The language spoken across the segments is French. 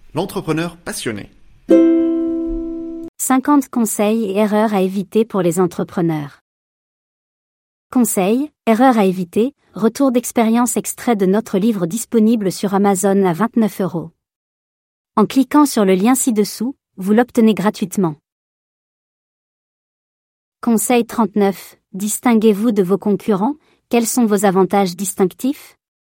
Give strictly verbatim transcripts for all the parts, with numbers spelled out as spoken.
l'entrepreneur passionné. cinquante conseils et erreurs à éviter pour les entrepreneurs. Conseils, erreurs à éviter, retour d'expérience extrait de notre livre disponible sur Amazon à vingt-neuf euros. En cliquant sur le lien ci-dessous, vous l'obtenez gratuitement. Conseil trente-neuf. Distinguez-vous de vos concurrents, quels sont vos avantages distinctifs?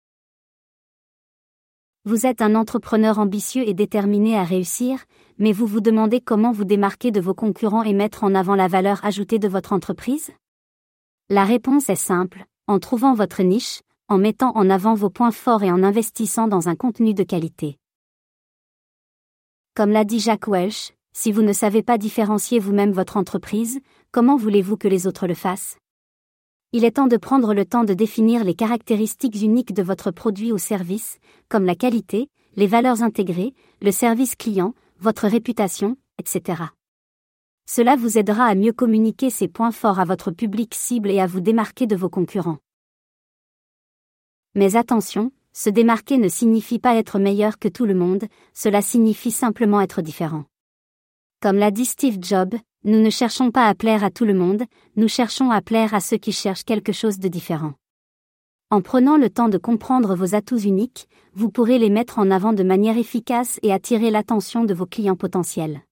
Vous êtes un entrepreneur ambitieux et déterminé à réussir, mais vous vous demandez comment vous démarquer de vos concurrents et mettre en avant la valeur ajoutée de votre entreprise? La réponse est simple, en trouvant votre niche, en mettant en avant vos points forts et en investissant dans un contenu de qualité. Comme l'a dit Jack Welch, si vous ne savez pas différencier vous-même votre entreprise, comment voulez-vous que les autres le fassent? Il est temps de prendre le temps de définir les caractéristiques uniques de votre produit ou service, comme la qualité, les valeurs intégrées, le service client, votre réputation, et cetera. Cela vous aidera à mieux communiquer ces points forts à votre public cible et à vous démarquer de vos concurrents. Mais attention, se démarquer ne signifie pas être meilleur que tout le monde, cela signifie simplement être différent. Comme l'a dit Steve Jobs, nous ne cherchons pas à plaire à tout le monde, nous cherchons à plaire à ceux qui cherchent quelque chose de différent. En prenant le temps de comprendre vos atouts uniques, vous pourrez les mettre en avant de manière efficace et attirer l'attention de vos clients potentiels.